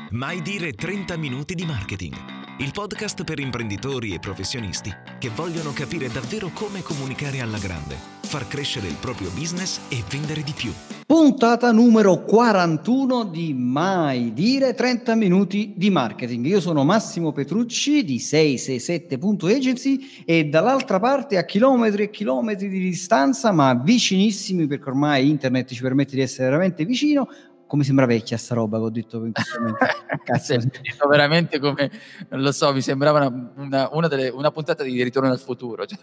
Mai dire 30 minuti di marketing. Il podcast per imprenditori e professionisti che vogliono capire davvero come comunicare alla grande, far crescere il proprio business e vendere di più. Puntata numero 41 di Mai dire 30 minuti di marketing. Io sono Massimo Petrucci di 667.agency e dall'altra parte, a chilometri e chilometri di distanza, ma vicinissimi, perché ormai internet ci permette di essere veramente vicino. Come sembra vecchia sta roba che ho detto in questo momento. Cazzo. Veramente come, non lo so, mi sembrava una puntata di Ritorno al futuro. Che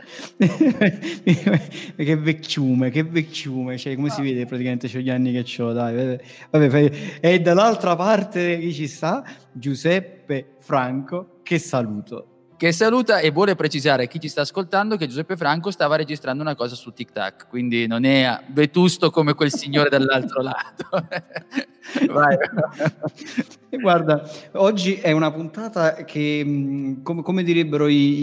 vecchiume, cioè come si vede praticamente c'ho gli anni che c'ho, dai. Vabbè, e dall'altra parte chi ci sta? Giuseppe Franco, che saluto. Che saluta e vuole precisare a chi ci sta ascoltando che Giuseppe Franco stava registrando una cosa su TikTok, quindi non è vetusto come quel signore dall'altro lato. Vai. Guarda, oggi è una puntata che, come direbbero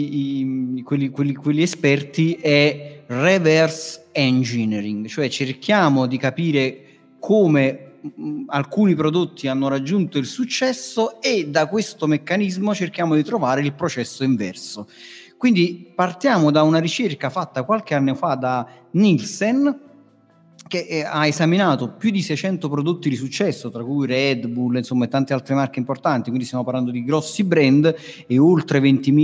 quelli esperti, è reverse engineering, cioè cerchiamo di capire come alcuni prodotti hanno raggiunto il successo e da questo meccanismo cerchiamo di trovare il processo inverso. Quindi partiamo da una ricerca fatta qualche anno fa da Nielsen, che ha esaminato più di 600 prodotti di successo, tra cui Red Bull, insomma, e tante altre marche importanti, quindi stiamo parlando di grossi brand e oltre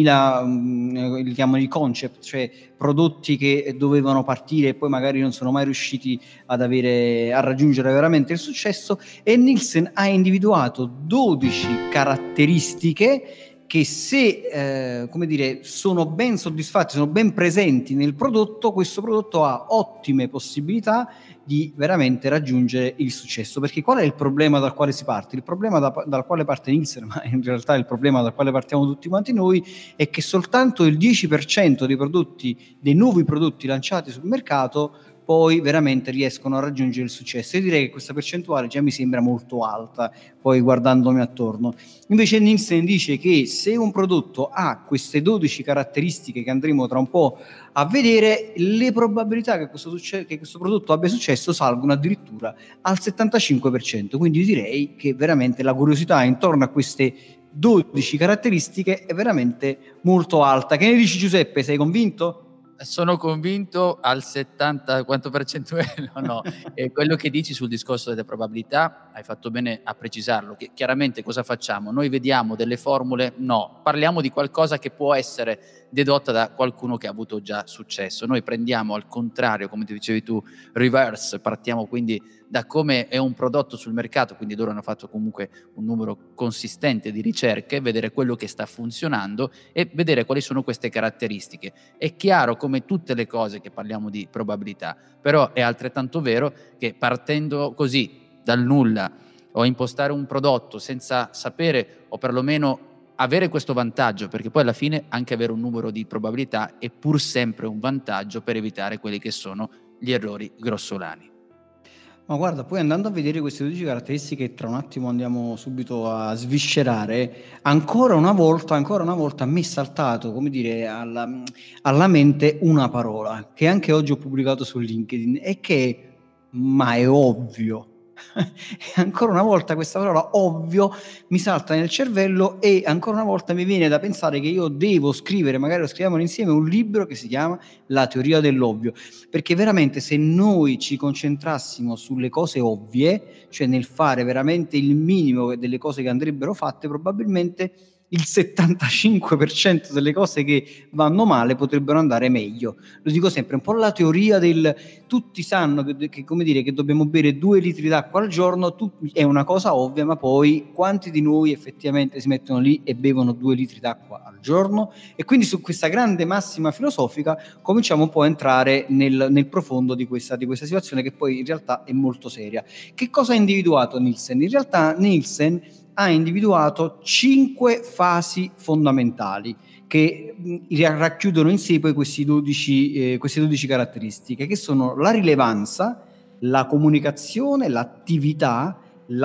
20.000 li chiamano i concept, cioè prodotti che dovevano partire e poi magari non sono mai riusciti a raggiungere veramente il successo, e Nielsen ha individuato 12 caratteristiche che se sono ben soddisfatti, sono ben presenti nel prodotto, questo prodotto ha ottime possibilità di veramente raggiungere il successo. Perché qual è il problema dal quale si parte? Il problema dal quale parte Nielsen, ma in realtà il problema dal quale partiamo tutti quanti noi, è che soltanto il 10% dei nuovi prodotti lanciati sul mercato poi veramente riescono a raggiungere il successo. Io direi che questa percentuale già mi sembra molto alta, poi guardandomi attorno. Invece Nielsen dice che se un prodotto ha queste 12 caratteristiche che andremo tra un po' a vedere, le probabilità che questo prodotto abbia successo salgono addirittura al 75%. Quindi direi che veramente la curiosità intorno a queste 12 caratteristiche è veramente molto alta. Che ne dici, Giuseppe? Sei convinto? Sono convinto al 70 quanto percentuale, no. E quello che dici sul discorso delle probabilità, hai fatto bene a precisarlo, che chiaramente cosa facciamo? Noi vediamo delle formule? No, parliamo di qualcosa che può essere dedotta da qualcuno che ha avuto già successo. Noi prendiamo al contrario, come ti dicevi tu, reverse, partiamo quindi da come è un prodotto sul mercato, quindi loro hanno fatto comunque un numero consistente di ricerche, vedere quello che sta funzionando e vedere quali sono queste caratteristiche. È chiaro, come tutte le cose che parliamo di probabilità, però è altrettanto vero che partendo così dal nulla o impostare un prodotto senza sapere o perlomeno avere questo vantaggio, perché poi alla fine anche avere un numero di probabilità è pur sempre un vantaggio per evitare quelli che sono gli errori grossolani. Ma guarda, poi andando a vedere queste 12 caratteristiche, tra un attimo andiamo subito a sviscerare, ancora una volta a me è saltato, come dire, alla mente una parola che anche oggi ho pubblicato su LinkedIn e che, ma è ovvio. E ancora una volta questa parola ovvio mi salta nel cervello e ancora una volta mi viene da pensare che io devo scrivere, magari lo scriviamo insieme, un libro che si chiama La teoria dell'ovvio, perché veramente se noi ci concentrassimo sulle cose ovvie, cioè nel fare veramente il minimo delle cose che andrebbero fatte, probabilmente il 75% delle cose che vanno male potrebbero andare meglio. Lo dico sempre, un po' la teoria del tutti sanno che come dire, che dobbiamo bere 2 litri d'acqua al giorno, è una cosa ovvia, ma poi quanti di noi effettivamente si mettono lì e bevono 2 litri d'acqua al giorno? E quindi su questa grande massima filosofica cominciamo un po' a entrare nel profondo di questa situazione, che poi in realtà è molto seria. Che cosa ha individuato Nielsen? In realtà Nielsen ha individuato 5 fasi fondamentali che racchiudono in sé poi queste 12 caratteristiche, che sono la rilevanza, la comunicazione, l'attività,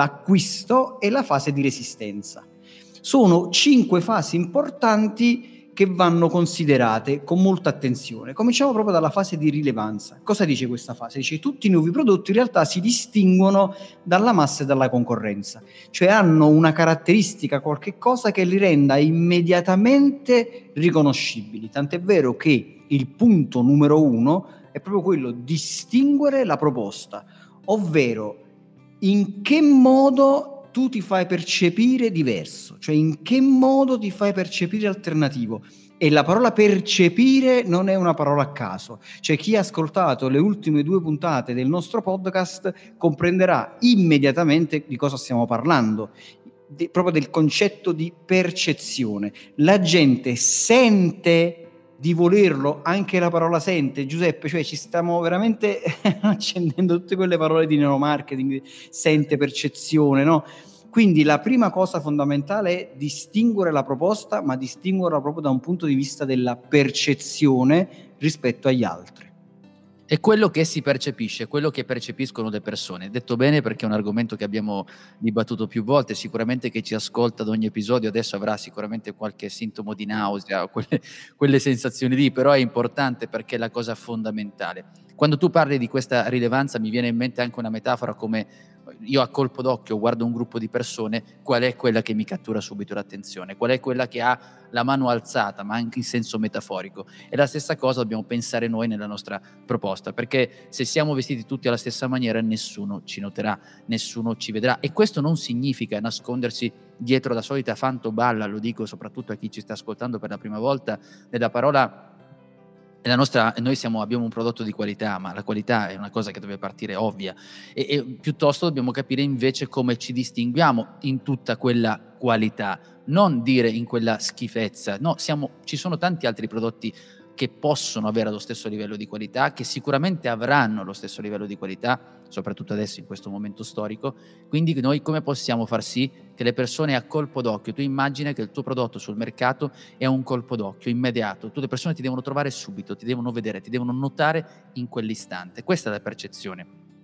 l'acquisto e la fase di resistenza. Sono 5 fasi importanti che vanno considerate con molta attenzione. Cominciamo proprio dalla fase di rilevanza. Cosa dice questa fase? Dice che tutti i nuovi prodotti in realtà si distinguono dalla massa e dalla concorrenza, cioè hanno una caratteristica, qualche cosa che li renda immediatamente riconoscibili. Tant'è vero che il punto numero 1 è proprio quello: distinguere la proposta, ovvero in che modo tu ti fai percepire diverso, cioè in che modo ti fai percepire alternativo. E la parola percepire non è una parola a caso, cioè chi ha ascoltato le ultime 2 puntate del nostro podcast comprenderà immediatamente di cosa stiamo parlando, proprio del concetto di percezione. La gente sente di volerlo, anche la parola sente, Giuseppe, cioè ci stiamo veramente accendendo tutte quelle parole di neuromarketing, sente, percezione, no? Quindi la prima cosa fondamentale è distinguere la proposta, ma distinguerla proprio da un punto di vista della percezione rispetto agli altri. È quello che si percepisce, quello che percepiscono le persone. Detto bene, perché è un argomento che abbiamo dibattuto più volte, sicuramente chi ci ascolta ad ogni episodio adesso avrà sicuramente qualche sintomo di nausea, quelle sensazioni lì, però è importante perché è la cosa fondamentale. Quando tu parli di questa rilevanza mi viene in mente anche una metafora come io a colpo d'occhio guardo un gruppo di persone, qual è quella che mi cattura subito l'attenzione, qual è quella che ha la mano alzata, ma anche in senso metaforico. E la stessa cosa dobbiamo pensare noi nella nostra proposta, perché se siamo vestiti tutti alla stessa maniera nessuno ci noterà, nessuno ci vedrà, e questo non significa nascondersi dietro la solita fantoballa, lo dico soprattutto a chi ci sta ascoltando per la prima volta, della parola. Noi abbiamo un prodotto di qualità, ma la qualità è una cosa che deve partire ovvia, e piuttosto dobbiamo capire invece come ci distinguiamo in tutta quella qualità, non dire in quella schifezza. No, ci sono tanti altri prodotti che possono avere lo stesso livello di qualità, che sicuramente avranno lo stesso livello di qualità, soprattutto adesso in questo momento storico. Quindi noi come possiamo far sì che le persone a colpo d'occhio, tu immagina che il tuo prodotto sul mercato è un colpo d'occhio immediato, tu le persone ti devono trovare subito, ti devono vedere, ti devono notare in quell'istante. Questa è la percezione.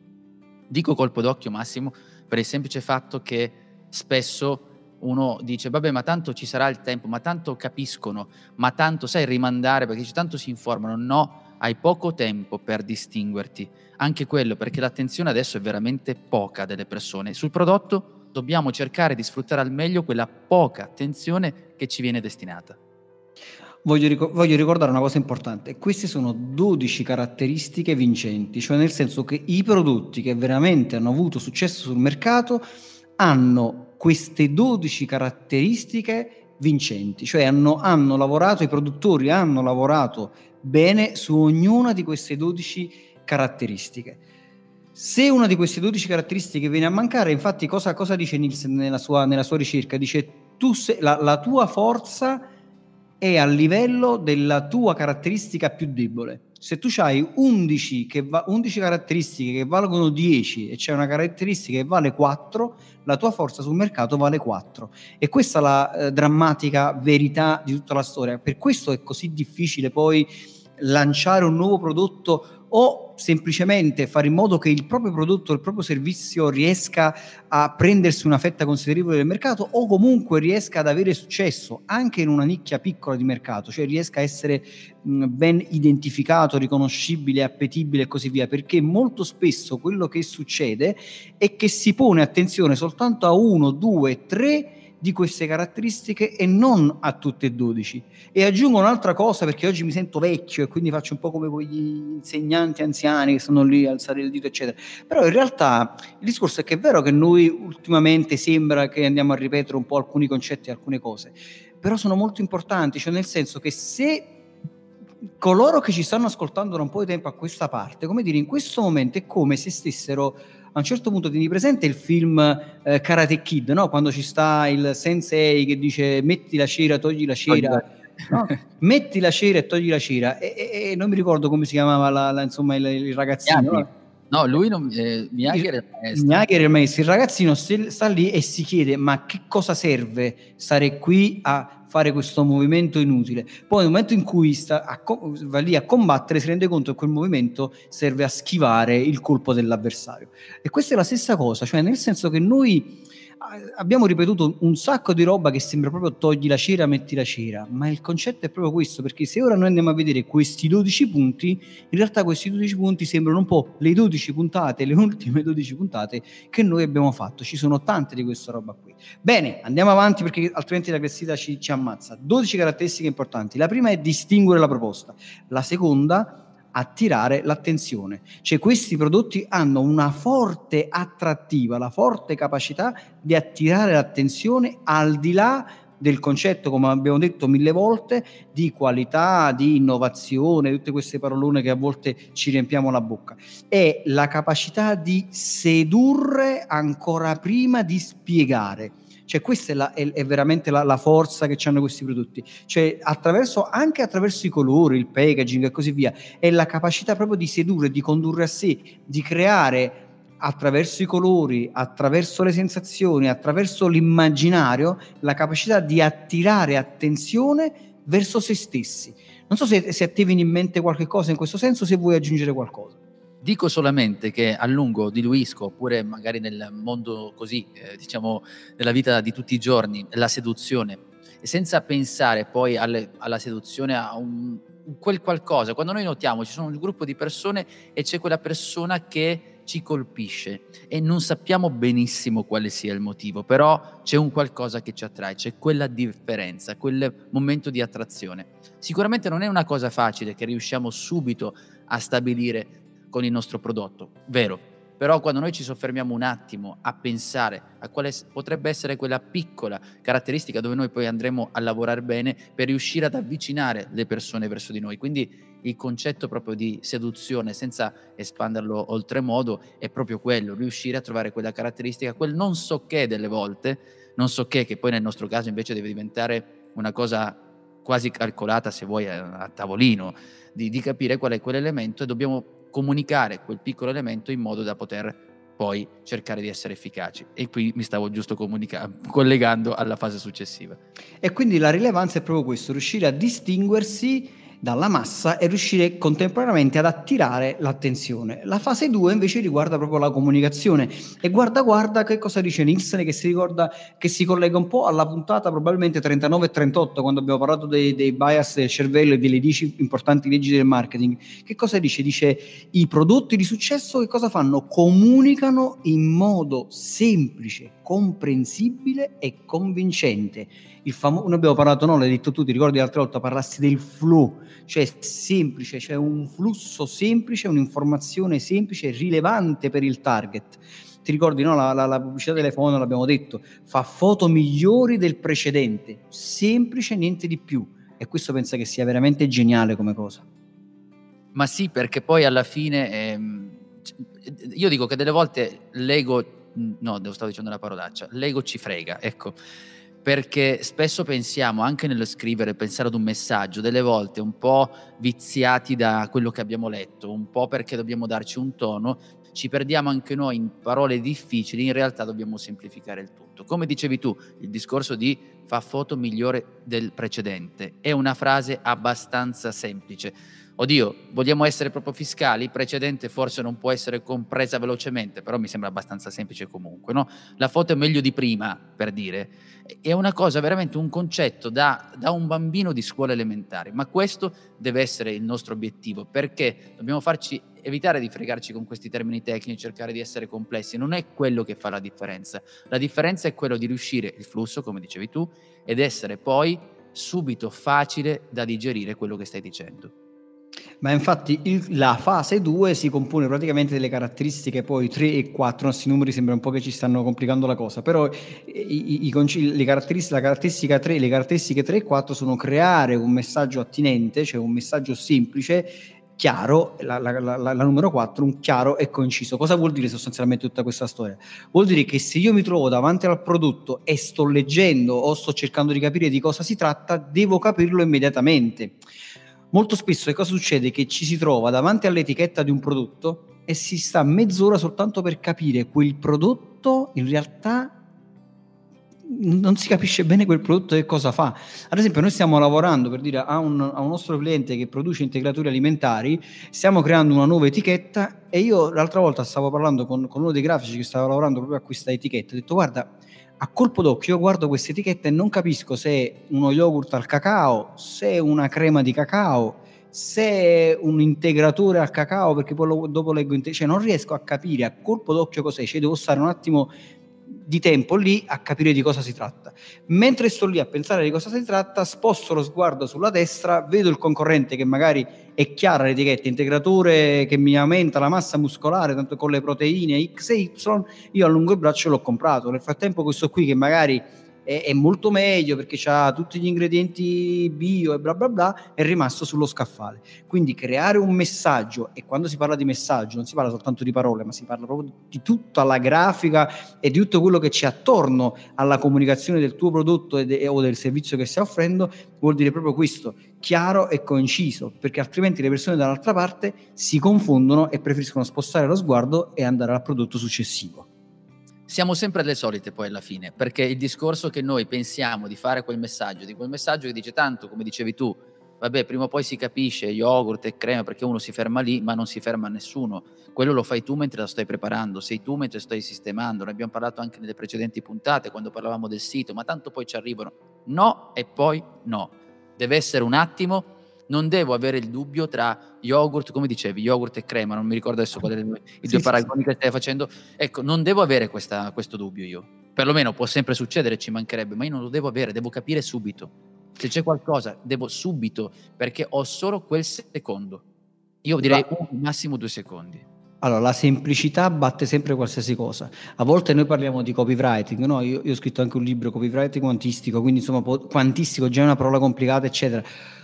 Dico colpo d'occhio, Massimo, per il semplice fatto che spesso uno dice vabbè, ma tanto ci sarà il tempo, ma tanto capiscono, ma tanto sai rimandare, perché tanto si informano. No, hai poco tempo per distinguerti, anche quello, perché l'attenzione adesso è veramente poca delle persone. Sul prodotto dobbiamo cercare di sfruttare al meglio quella poca attenzione che ci viene destinata. Voglio ricordare una cosa importante: queste sono 12 caratteristiche vincenti, cioè nel senso che i prodotti che veramente hanno avuto successo sul mercato hanno queste 12 caratteristiche vincenti, cioè hanno lavorato, i produttori hanno lavorato bene su ognuna di queste 12 caratteristiche. Se una di queste 12 caratteristiche viene a mancare, infatti cosa dice Nielsen nella sua ricerca? Dice la tua forza è a livello della tua caratteristica più debole. Se tu hai 11 caratteristiche che valgono 10 e c'è una caratteristica che vale 4, la tua forza sul mercato vale 4. E questa è la drammatica verità di tutta la storia. Per questo è così difficile poi lanciare un nuovo prodotto o semplicemente fare in modo che il proprio prodotto, il proprio servizio riesca a prendersi una fetta considerevole del mercato, o comunque riesca ad avere successo anche in una nicchia piccola di mercato, cioè riesca a essere ben identificato, riconoscibile, appetibile e così via, perché molto spesso quello che succede è che si pone attenzione soltanto a 1, 2, 3 di queste caratteristiche e non a tutte e 12. E aggiungo un'altra cosa, perché oggi mi sento vecchio e quindi faccio un po' come quegli insegnanti anziani che stanno lì a alzare il dito eccetera, però in realtà il discorso è che è vero che noi ultimamente sembra che andiamo a ripetere un po' alcuni concetti e alcune cose, però sono molto importanti, cioè nel senso che se coloro che ci stanno ascoltando da un po' di tempo a questa parte, come dire, in questo momento è come se stessero a un certo punto. Tieni presente il film Karate Kid, no? Quando ci sta il sensei che dice metti la cera, togli la cera, no? Metti la cera e togli la cera, e non mi ricordo come si chiamava insomma il ragazzino. No, lui non, Miyagi era il maestro. Miyagi era il maestro. Il ragazzino sta lì e si chiede ma che cosa serve stare qui a fare questo movimento inutile. Poi nel momento in cui va lì a combattere si rende conto che quel movimento serve a schivare il colpo dell'avversario. E questa è la stessa cosa, cioè nel senso che noi Abbiamo ripetuto un sacco di roba che sembra proprio togli la cera, metti la cera, ma il concetto è proprio questo, perché se ora noi andiamo a vedere questi 12 punti, in realtà questi 12 punti sembrano un po' le 12 puntate, le ultime 12 puntate che noi abbiamo fatto. Ci sono tante di questa roba qui. Bene, andiamo avanti perché altrimenti la classifica ci ammazza. 12 caratteristiche importanti. La prima è distinguere la proposta. La seconda, attirare l'attenzione. Cioè questi prodotti hanno una forte attrattiva, la forte capacità di attirare l'attenzione al di là del concetto, come abbiamo detto 1000 volte, di qualità, di innovazione, tutte queste parolone che a volte ci riempiamo la bocca. È la capacità di sedurre ancora prima di spiegare. Cioè questa è veramente la forza che hanno questi prodotti, cioè anche attraverso i colori, il packaging e così via, è la capacità proprio di sedurre, di condurre a sé, di creare attraverso i colori, attraverso le sensazioni, attraverso l'immaginario, la capacità di attirare attenzione verso se stessi. Non so se a te viene in mente qualche cosa in questo senso, se vuoi aggiungere qualcosa. Dico solamente che a lungo diluisco, oppure magari nel mondo così, diciamo, nella vita di tutti i giorni, la seduzione, e senza pensare poi alla seduzione, a quel qualcosa. Quando noi notiamo ci sono un gruppo di persone e c'è quella persona che ci colpisce e non sappiamo benissimo quale sia il motivo, però c'è un qualcosa che ci attrae, c'è quella differenza, quel momento di attrazione. Sicuramente non è una cosa facile che riusciamo subito a stabilire con il nostro prodotto, vero, però quando noi ci soffermiamo un attimo a pensare a quale potrebbe essere quella piccola caratteristica dove noi poi andremo a lavorare bene per riuscire ad avvicinare le persone verso di noi, quindi il concetto proprio di seduzione, senza espanderlo oltremodo, è proprio quello, riuscire a trovare quella caratteristica, quel non so che delle volte, non so che poi nel nostro caso invece deve diventare una cosa quasi calcolata, se vuoi, a tavolino, di capire qual è quell'elemento e dobbiamo comunicare quel piccolo elemento in modo da poter poi cercare di essere efficaci. E qui mi stavo giusto collegando alla fase successiva. E quindi la rilevanza è proprio questo, riuscire a distinguersi dalla massa e riuscire contemporaneamente ad attirare l'attenzione. La fase 2 invece riguarda proprio la comunicazione e guarda che cosa dice Nielsen, che si collega un po' alla puntata probabilmente 39 e 38 quando abbiamo parlato dei bias del cervello e delle 10 importanti leggi del marketing. Che cosa dice? Dice i prodotti di successo che cosa fanno? Comunicano in modo semplice, comprensibile e convincente. Noi abbiamo parlato, no, l'hai detto tu, ti ricordi l'altra volta, parlassi del flow, cioè semplice, cioè un flusso semplice, un'informazione semplice, rilevante per il target. Ti ricordi, no, la pubblicità telefono, l'abbiamo detto, fa foto migliori del precedente, semplice, niente di più. E questo pensa che sia veramente geniale come cosa. Ma sì, perché poi alla fine io dico che delle volte l'ego, no, stavo dicendo una parolaccia, l'ego ci frega, ecco. Perché spesso pensiamo, anche nello scrivere, pensare ad un messaggio, delle volte un po' viziati da quello che abbiamo letto, un po' perché dobbiamo darci un tono, ci perdiamo anche noi in parole difficili, in realtà dobbiamo semplificare il tutto. Come dicevi tu, il discorso di fa foto migliore del precedente è una frase abbastanza semplice. Oddio, vogliamo essere proprio fiscali? Precedente forse non può essere compresa velocemente, però mi sembra abbastanza semplice comunque, no? La foto è meglio di prima, per dire. È una cosa, veramente un concetto da un bambino di scuola elementare, ma questo deve essere il nostro obiettivo, perché dobbiamo evitare di fregarci con questi termini tecnici, cercare di essere complessi, non è quello che fa la differenza. La differenza è quello di riuscire, il flusso, come dicevi tu, ed essere poi subito facile da digerire quello che stai dicendo. Ma infatti la fase 2 si compone praticamente delle caratteristiche poi 3 e 4, questi numeri sembra un po' che ci stanno complicando la cosa, però la caratteristica 3, le caratteristiche 3 e 4 sono creare un messaggio attinente, cioè un messaggio semplice, chiaro, la numero 4, un chiaro e conciso. Cosa vuol dire sostanzialmente tutta questa storia? Vuol dire che se io mi trovo davanti al prodotto e sto leggendo o sto cercando di capire di cosa si tratta, devo capirlo immediatamente. Molto spesso che cosa succede? Che ci si trova davanti all'etichetta di un prodotto e si sta mezz'ora soltanto per capire quel prodotto, in realtà non si capisce bene quel prodotto e cosa fa. Ad esempio noi stiamo lavorando, per dire, a un nostro cliente che produce integratori alimentari, stiamo creando una nuova etichetta e io l'altra volta stavo parlando con uno dei grafici che stava lavorando proprio a questa etichetta, ho detto guarda, A colpo d'occhio io guardo questa etichetta e non capisco se è uno yogurt al cacao, se è una crema di cacao, se è un integratore al cacao, perché poi dopo leggo cioè non riesco a capire a colpo d'occhio cos'è, cioè devo stare un attimo di tempo lì a capire di cosa si tratta. Mentre sto lì a pensare di cosa si tratta, sposto lo sguardo sulla destra, vedo il concorrente che magari è chiara l'etichetta, integratore che mi aumenta la massa muscolare, tanto con le proteine X e Y, io allungo il braccio e l'ho comprato. Nel frattempo questo qui che magari è molto meglio perché ha tutti gli ingredienti bio e bla bla bla, è rimasto sullo scaffale. Quindi creare un messaggio, e quando si parla di messaggio non si parla soltanto di parole, ma si parla proprio di tutta la grafica e di tutto quello che c'è attorno alla comunicazione del tuo prodotto o del servizio che stai offrendo, vuol dire proprio questo, chiaro e conciso, perché altrimenti le persone dall'altra parte si confondono e preferiscono spostare lo sguardo e andare al prodotto successivo. Siamo sempre le solite poi alla fine, perché il discorso che noi pensiamo di fare quel messaggio che dice tanto, come dicevi tu, vabbè, prima o poi si capisce, yogurt e crema, perché uno si ferma lì, ma non si ferma nessuno. Quello lo fai tu mentre lo stai preparando, sei tu mentre stai sistemando. Ne abbiamo parlato anche nelle precedenti puntate, quando parlavamo del sito, ma tanto poi ci arrivano. No e poi no. Deve essere un attimo. Non devo avere il dubbio tra yogurt, come dicevi, yogurt e crema, non mi ricordo adesso quali sono i due paragoni che stai facendo. Ecco, non devo avere questo dubbio io. Perlomeno può sempre succedere, ci mancherebbe, ma io non lo devo avere, devo capire subito. Se c'è qualcosa, devo subito, perché ho solo quel secondo. Io direi massimo 2 secondi. Allora, la semplicità batte sempre qualsiasi cosa. A volte noi parliamo di copywriting, no? Io ho scritto anche un libro, copywriting quantistico, quindi insomma quantistico già è una parola complicata, eccetera.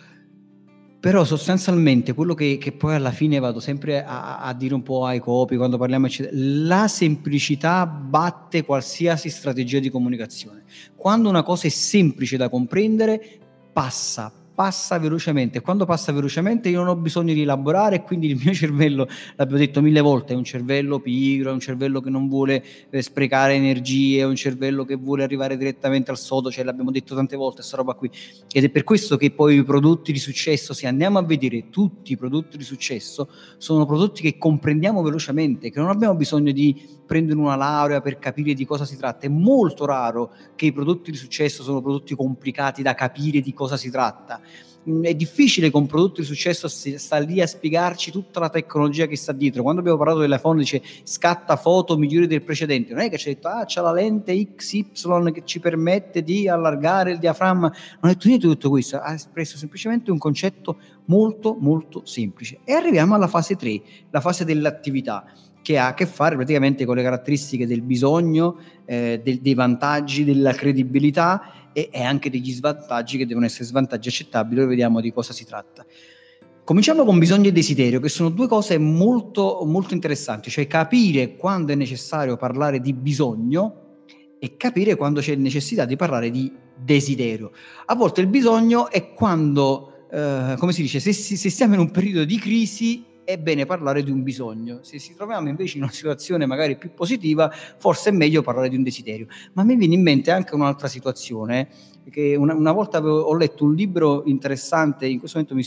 Però sostanzialmente quello che poi alla fine vado sempre a dire un po' ai copy quando parliamo, eccetera, la semplicità batte qualsiasi strategia di comunicazione. Quando una cosa è semplice da comprendere, passa velocemente, e quando passa velocemente io non ho bisogno di elaborare, e quindi il mio cervello, l'abbiamo detto 1000 volte, è un cervello pigro, è un cervello che non vuole sprecare energie, è un cervello che vuole arrivare direttamente al sodo, cioè l'abbiamo detto tante volte sta roba qui, ed è per questo che poi i prodotti di successo, se andiamo a vedere tutti i prodotti di successo, sono prodotti che comprendiamo velocemente, che non abbiamo bisogno di prendere una laurea per capire di cosa si tratta. È molto raro che i prodotti di successo sono prodotti complicati da capire di cosa si tratta. È difficile che un prodotto di successo sta lì a spiegarci tutta la tecnologia che sta dietro. Quando abbiamo parlato dell'iPhone, dice scatta foto migliori del precedente, non è che ci ha detto c'ha la lente XY che ci permette di allargare il diaframma, non ha detto niente di tutto questo, ha espresso semplicemente un concetto molto molto semplice. E arriviamo alla fase 3, la fase dell'attività, che ha a che fare praticamente con le caratteristiche del bisogno, dei vantaggi, della credibilità e anche degli svantaggi, che devono essere svantaggi accettabili. Vediamo di cosa si tratta. Cominciamo con bisogno e desiderio, che sono due cose molto, molto interessanti, cioè capire quando è necessario parlare di bisogno e capire quando c'è necessità di parlare di desiderio. A volte il bisogno è quando, come si dice, se stiamo in un periodo di crisi, è bene parlare di un bisogno. Se ci troviamo invece in una situazione magari più positiva, forse è meglio parlare di un desiderio. Ma mi viene in mente anche un'altra situazione, che una volta ho letto un libro interessante, in questo momento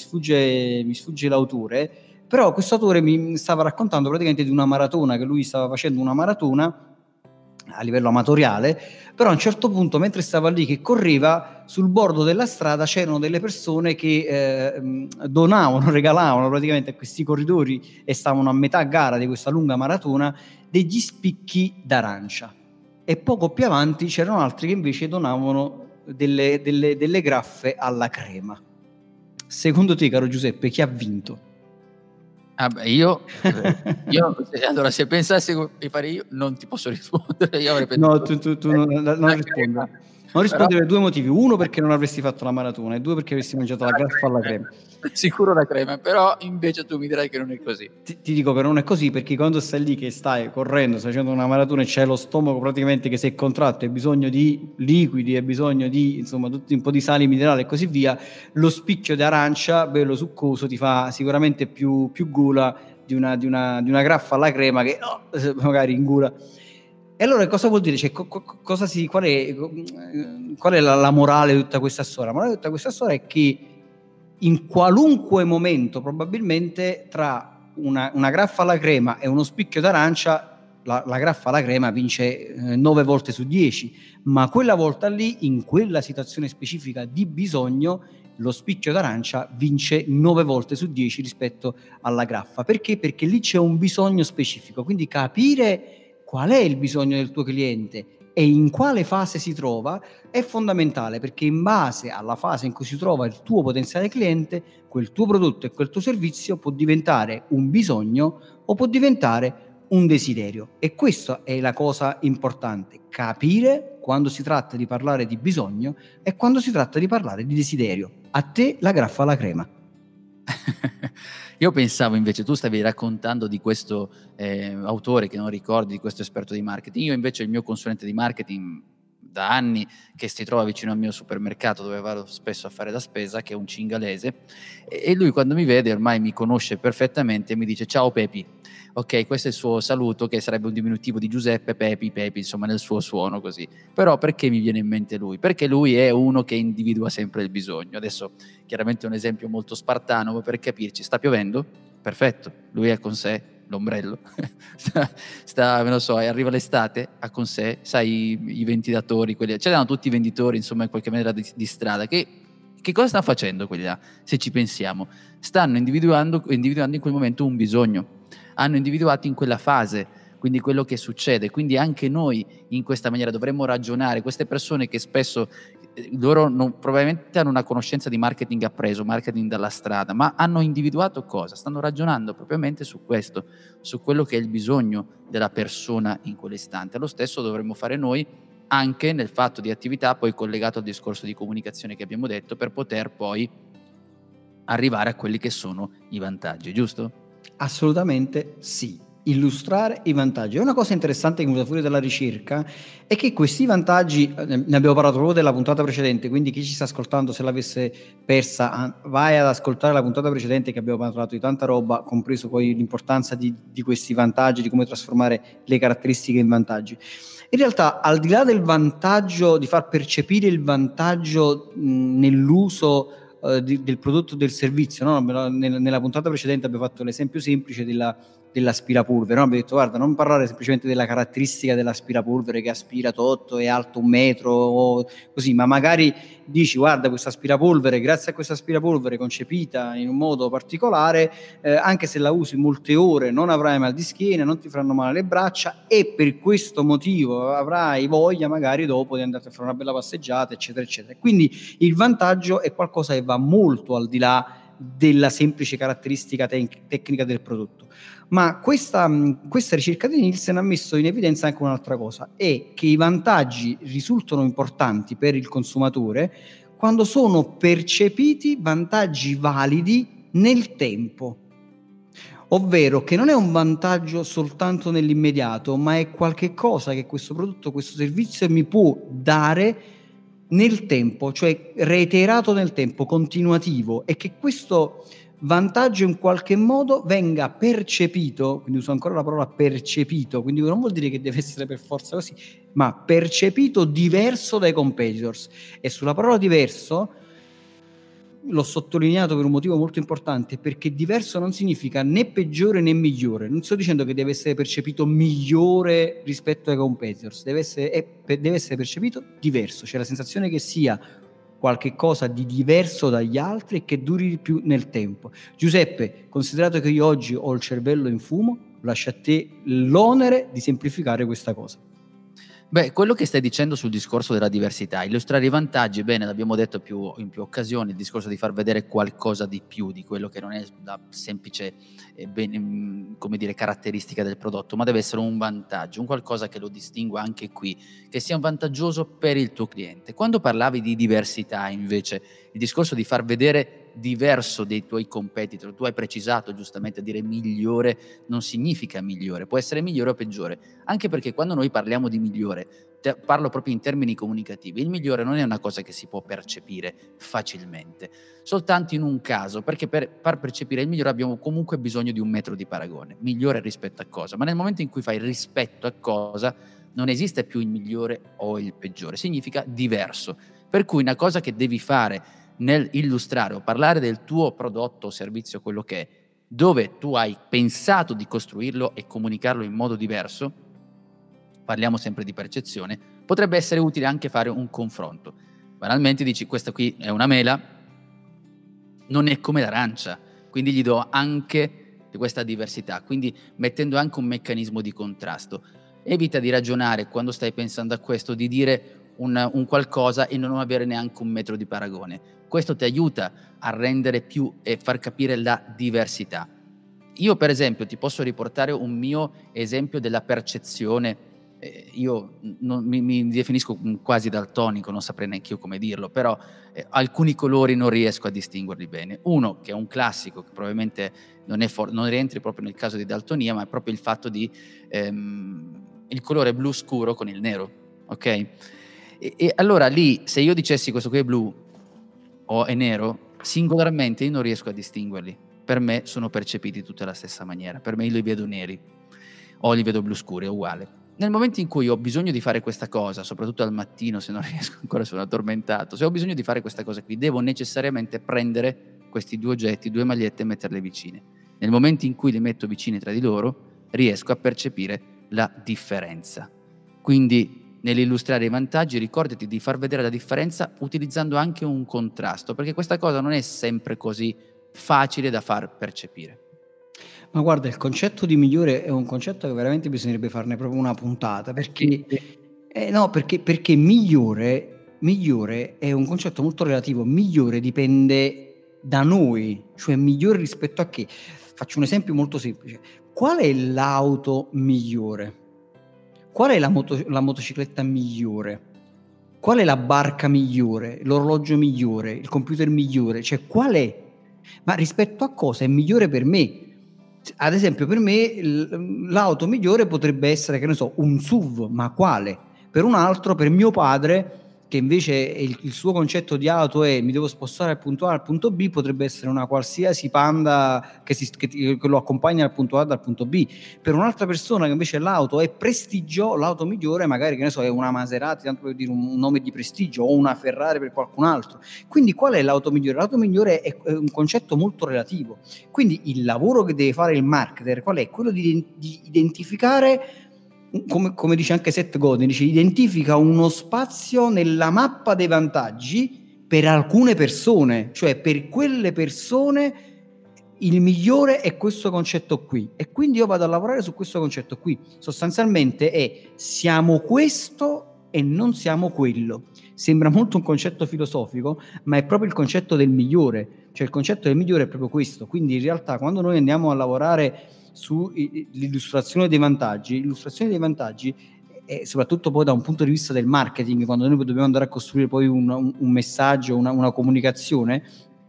mi sfugge l'autore, però questo autore mi stava raccontando praticamente di una maratona, che lui stava facendo una maratona a livello amatoriale, però a un certo punto, mentre stava lì che correva, sul bordo della strada c'erano delle persone che regalavano praticamente a questi corridori, e stavano a metà gara di questa lunga maratona, degli spicchi d'arancia, e poco più avanti c'erano altri che invece donavano delle graffe alla crema. Secondo te, caro Giuseppe, chi ha vinto? Io allora, se pensassi di fare io, non ti posso rispondere. Io avrei pensato, no, tu non rispondi. Non rispondere per due motivi: uno, perché non avresti fatto la maratona, e due, perché avresti mangiato la graffa alla crema. Sicuro la crema, però invece tu mi dirai che non è così. Ti dico, però non è così, perché quando stai lì che stai correndo, stai facendo una maratona e c'è lo stomaco praticamente che si è contratto, hai bisogno di liquidi, hai bisogno di, insomma, tutti un po' di sali minerali e così via, lo spicchio di arancia bello succoso ti fa sicuramente più gola di una graffa alla crema che magari in gola. E allora cosa vuol dire? Cioè, qual è la morale di tutta questa storia? La morale di tutta questa storia è che in qualunque momento, probabilmente, tra una graffa alla crema e uno spicchio d'arancia, la graffa alla crema vince 9 volte su 10, ma quella volta lì, in quella situazione specifica di bisogno, lo spicchio d'arancia vince 9 volte su 10 rispetto alla graffa. Perché? Perché lì c'è un bisogno specifico, quindi capire qual è il bisogno del tuo cliente e in quale fase si trova è fondamentale, perché in base alla fase in cui si trova il tuo potenziale cliente, quel tuo prodotto e quel tuo servizio può diventare un bisogno o può diventare un desiderio. E questa è la cosa importante, capire quando si tratta di parlare di bisogno e quando si tratta di parlare di desiderio. A te la graffa alla crema. Io pensavo invece, tu stavi raccontando di questo autore che non ricordi, di questo esperto di marketing. Io invece il mio consulente di marketing da anni, che si trova vicino al mio supermercato dove vado spesso a fare la spesa, che è un cingalese, e lui quando mi vede ormai mi conosce perfettamente e mi dice: ciao Pepi. Ok, questo è il suo saluto, che sarebbe un diminutivo di Giuseppe, Pepi, insomma nel suo suono così. Però perché mi viene in mente lui? Perché lui è uno che individua sempre il bisogno. Adesso chiaramente è un esempio molto spartano, ma per capirci, sta piovendo? Perfetto, lui ha con sé l'ombrello, non lo so, arriva l'estate, ha con sé, sai, i ventilatori, quelli, ce l'hanno tutti i venditori, insomma, in qualche maniera di strada, che cosa stanno facendo quelli là? Se ci pensiamo, stanno individuando in quel momento un bisogno, hanno individuato in quella fase, quindi quello che succede. Quindi anche noi in questa maniera dovremmo ragionare. Queste persone che spesso loro probabilmente hanno una conoscenza di marketing appreso, marketing dalla strada, ma hanno individuato cosa? Stanno ragionando propriamente su questo, su quello che è il bisogno della persona in quell'istante. Lo stesso dovremmo fare noi anche nel fatto di attività poi collegato al discorso di comunicazione che abbiamo detto, per poter poi arrivare a quelli che sono i vantaggi, giusto? Assolutamente sì. Illustrare i vantaggi. È una cosa interessante che è venuta fuori dalla ricerca, è che questi vantaggi, ne abbiamo parlato proprio della puntata precedente, quindi chi ci sta ascoltando, se l'avesse persa, vai ad ascoltare la puntata precedente, che abbiamo parlato di tanta roba, compreso poi l'importanza di questi vantaggi, di come trasformare le caratteristiche in vantaggi. In realtà, al di là del vantaggio, di far percepire il vantaggio nell'uso del prodotto o del servizio, no? Nella puntata precedente abbiamo fatto l'esempio semplice dell'aspirapolvere, no? Abbiamo detto: guarda, non parlare semplicemente della caratteristica dell'aspirapolvere che aspira tot, è alto 1 metro o così, ma magari dici: guarda, questo aspirapolvere, grazie a questa aspirapolvere concepita in un modo particolare, anche se la usi molte ore non avrai mal di schiena, non ti faranno male le braccia, e per questo motivo avrai voglia magari dopo di andare a fare una bella passeggiata, eccetera eccetera. Quindi il vantaggio è qualcosa che va molto al di là della semplice caratteristica tecnica del prodotto. Ma questa ricerca di Nielsen ha messo in evidenza anche un'altra cosa, è che i vantaggi risultano importanti per il consumatore quando sono percepiti vantaggi validi nel tempo, ovvero che non è un vantaggio soltanto nell'immediato, ma è qualche cosa che questo prodotto, questo servizio mi può dare nel tempo, cioè reiterato nel tempo, continuativo, e che questo vantaggio in qualche modo venga percepito, quindi uso ancora la parola percepito, quindi non vuol dire che deve essere per forza così, ma percepito diverso dai competitors. E sulla parola diverso l'ho sottolineato per un motivo molto importante, perché diverso non significa né peggiore né migliore. Non sto dicendo che deve essere percepito migliore rispetto ai competitors, deve essere percepito diverso, cioè la sensazione che sia qualche cosa di diverso dagli altri e che duri di più nel tempo. Giuseppe, considerato che io oggi ho il cervello in fumo, lascio a te l'onere di semplificare questa cosa. Beh, quello che stai dicendo sul discorso della diversità, illustrare i vantaggi, bene, l'abbiamo detto in più occasioni, il discorso di far vedere qualcosa di più di quello che non è la semplice come dire, caratteristica del prodotto, ma deve essere un vantaggio, un qualcosa che lo distingua anche qui, che sia un vantaggioso per il tuo cliente. Quando parlavi di diversità, invece, il discorso di far vedere diverso dei tuoi competitor, tu hai precisato giustamente, dire migliore non significa migliore, può essere migliore o peggiore, anche perché quando noi parliamo di migliore, parlo proprio in termini comunicativi, il migliore non è una cosa che si può percepire facilmente, soltanto in un caso, perché per far percepire il migliore abbiamo comunque bisogno di un metro di paragone, migliore rispetto a cosa, ma nel momento in cui fai rispetto a cosa non esiste più il migliore o il peggiore, significa diverso, per cui una cosa che devi fare nel illustrare o parlare del tuo prodotto o servizio, quello che è, dove tu hai pensato di costruirlo e comunicarlo in modo diverso, parliamo sempre di percezione, potrebbe essere utile anche fare un confronto. Banalmente dici, questa qui è una mela, non è come l'arancia, quindi gli do anche questa diversità, quindi mettendo anche un meccanismo di contrasto. Evita di ragionare, quando stai pensando a questo, di dire un qualcosa e non avere neanche un metro di paragone. Questo ti aiuta a rendere più e far capire la diversità. Io per esempio ti posso riportare un mio esempio della percezione. Io mi definisco quasi daltonico, non saprei neanche io come dirlo, però alcuni colori non riesco a distinguerli bene. Uno che è un classico, che probabilmente non rientri proprio nel caso di daltonia, ma è proprio il fatto di il colore blu scuro con il nero, ok? E allora lì, se io dicessi questo qui è blu o è nero, singolarmente io non riesco a distinguerli. Per me sono percepiti tutti alla stessa maniera, per me io li vedo neri o li vedo blu scuri, è uguale. Nel momento in cui ho bisogno di fare questa cosa, soprattutto al mattino, se non riesco ancora, sono addormentato, se ho bisogno di fare questa cosa qui, devo necessariamente prendere questi due oggetti, due magliette e metterle vicine. Nel momento in cui le metto vicine tra di loro, riesco a percepire la differenza. Quindi nell'illustrare i vantaggi, ricordati di far vedere la differenza utilizzando anche un contrasto, perché questa cosa non è sempre così facile da far percepire. Ma guarda, il concetto di migliore è un concetto che veramente bisognerebbe farne proprio una puntata, perché perché migliore è un concetto molto relativo. Migliore dipende da noi, cioè migliore rispetto a che? Faccio un esempio molto semplice. Qual è l'auto migliore? Qual è la motocicletta migliore? Qual è la barca migliore? L'orologio migliore? Il computer migliore? Cioè qual è? Ma rispetto a cosa è migliore per me? Ad esempio per me l'auto migliore potrebbe essere, che ne so, un SUV, ma quale? Per un altro, per mio padre, che invece il suo concetto di auto è mi devo spostare dal punto A al punto B, potrebbe essere una qualsiasi Panda che lo accompagna dal punto A al punto B. Per un'altra persona che invece l'auto è prestigio, l'auto migliore magari, che ne so, è una Maserati, tanto per dire un nome di prestigio, o una Ferrari per qualcun altro. Quindi qual è l'auto migliore? L'auto migliore è un concetto molto relativo. Quindi il lavoro che deve fare il marketer qual è? Quello di identificare, come dice anche Seth Godin, dice identifica uno spazio nella mappa dei vantaggi per alcune persone, cioè per quelle persone il migliore è questo concetto qui, e quindi io vado a lavorare su questo concetto qui. Sostanzialmente è siamo questo e non siamo quello. Sembra molto un concetto filosofico, ma è proprio il concetto del migliore, cioè il concetto del migliore è proprio questo. Quindi in realtà quando noi andiamo a lavorare sull'illustrazione dei vantaggi, l'illustrazione dei vantaggi e soprattutto poi da un punto di vista del marketing, quando noi dobbiamo andare a costruire poi un messaggio, una comunicazione,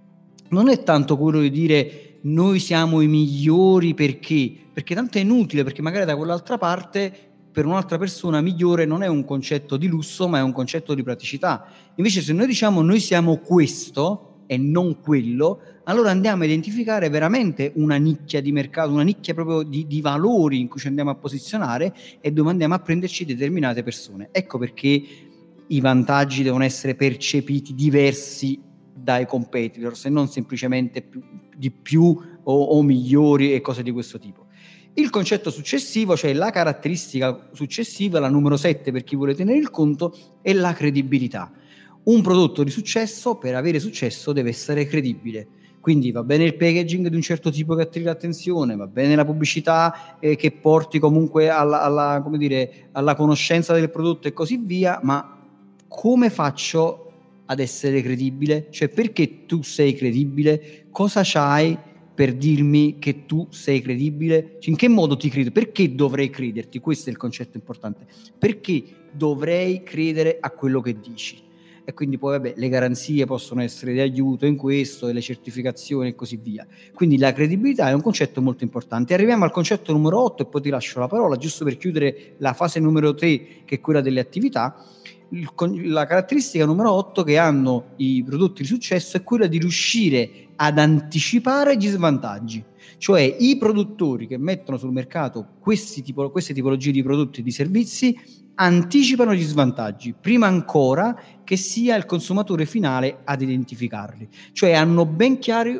non è tanto quello di dire noi siamo i migliori perché tanto è inutile, perché magari da quell'altra parte per un'altra persona migliore non è un concetto di lusso, ma è un concetto di praticità. Invece se noi diciamo noi siamo questo e non quello, allora andiamo a identificare veramente una nicchia di mercato, una nicchia proprio di valori in cui ci andiamo a posizionare e dove andiamo a prenderci determinate persone. Ecco perché i vantaggi devono essere percepiti diversi dai competitors e non semplicemente di più o migliori e cose di questo tipo. Il concetto successivo, cioè la caratteristica successiva, la numero 7 per chi vuole tenere il conto, è la credibilità. Un prodotto di successo, per avere successo, deve essere credibile. Quindi va bene il packaging di un certo tipo che attiri l'attenzione, va bene la pubblicità che porti comunque alla conoscenza del prodotto e così via, ma come faccio ad essere credibile? Cioè perché tu sei credibile? Cosa c'hai per dirmi che tu sei credibile? Cioè, in che modo ti credo? Perché dovrei crederti? Questo è il concetto importante. Perché dovrei credere a quello che dici? E quindi poi le garanzie possono essere di aiuto in questo, e le certificazioni e così via. Quindi la credibilità è un concetto molto importante. Arriviamo al concetto numero 8 e poi ti lascio la parola, giusto per chiudere la fase numero 3, che è quella delle attività. La caratteristica numero 8 che hanno i prodotti di successo è quella di riuscire ad anticipare gli svantaggi. Cioè i produttori che mettono sul mercato queste tipologie di prodotti e di servizi anticipano gli svantaggi prima ancora che sia il consumatore finale ad identificarli, cioè hanno ben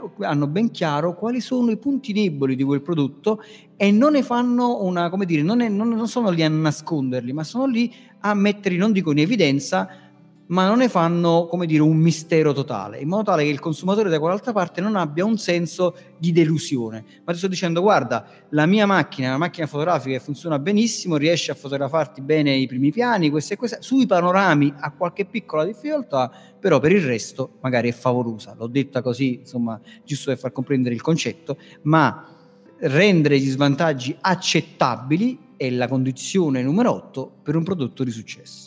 chiaro quali sono i punti deboli di quel prodotto e non ne fanno una, come dire, non sono lì a nasconderli, ma sono lì a metterli, non dico in evidenza, ma non ne fanno, come dire, un mistero totale, in modo tale che il consumatore da quell'altra parte non abbia un senso di delusione. Ma ti sto dicendo, guarda, la mia macchina è una macchina fotografica che funziona benissimo, riesce a fotografarti bene i primi piani, queste cose, sui panorami ha qualche piccola difficoltà, però per il resto magari è favolosa. L'ho detta così, insomma, giusto per far comprendere il concetto, ma rendere gli svantaggi accettabili è la condizione numero 8 per un prodotto di successo.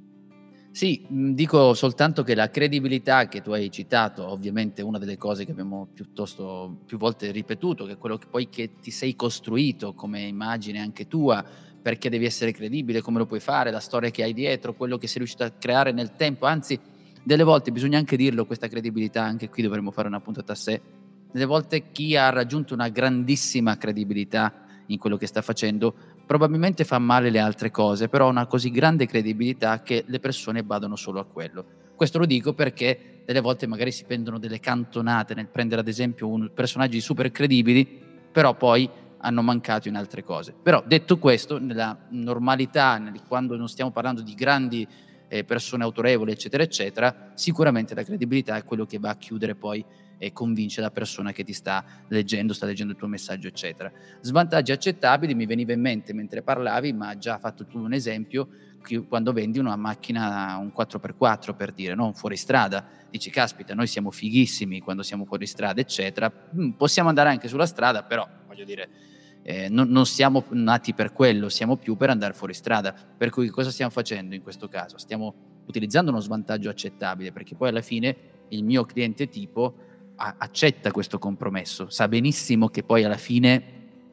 Sì, dico soltanto che la credibilità che tu hai citato, ovviamente una delle cose che abbiamo più volte ripetuto, che è quello che poi che ti sei costruito come immagine anche tua, perché devi essere credibile, come lo puoi fare, la storia che hai dietro, quello che sei riuscito a creare nel tempo, anzi, delle volte bisogna anche dirlo, questa credibilità, anche qui dovremmo fare una puntata a sé, delle volte chi ha raggiunto una grandissima credibilità in quello che sta facendo probabilmente fa male le altre cose, però ha una così grande credibilità che le persone badano solo a quello. Questo lo dico perché delle volte magari si prendono delle cantonate nel prendere ad esempio personaggi super credibili, però poi hanno mancato in altre cose. Però detto questo, nella normalità, quando non stiamo parlando di grandi persone autorevoli, eccetera, eccetera, sicuramente la credibilità è quello che va a chiudere poi e convince la persona che ti sta leggendo il tuo messaggio, eccetera. Svantaggi accettabili mi veniva in mente mentre parlavi, ma già fatto tu un esempio, quando vendi una macchina, un 4x4 per dire, no? Un fuoristrada, dici caspita, noi siamo fighissimi quando siamo fuori strada, eccetera, possiamo andare anche sulla strada, però voglio dire, non siamo nati per quello, siamo più per andare fuori strada. Per cui cosa stiamo facendo in questo caso? Stiamo utilizzando uno svantaggio accettabile, perché poi alla fine il mio cliente tipo accetta questo compromesso, sa benissimo che poi alla fine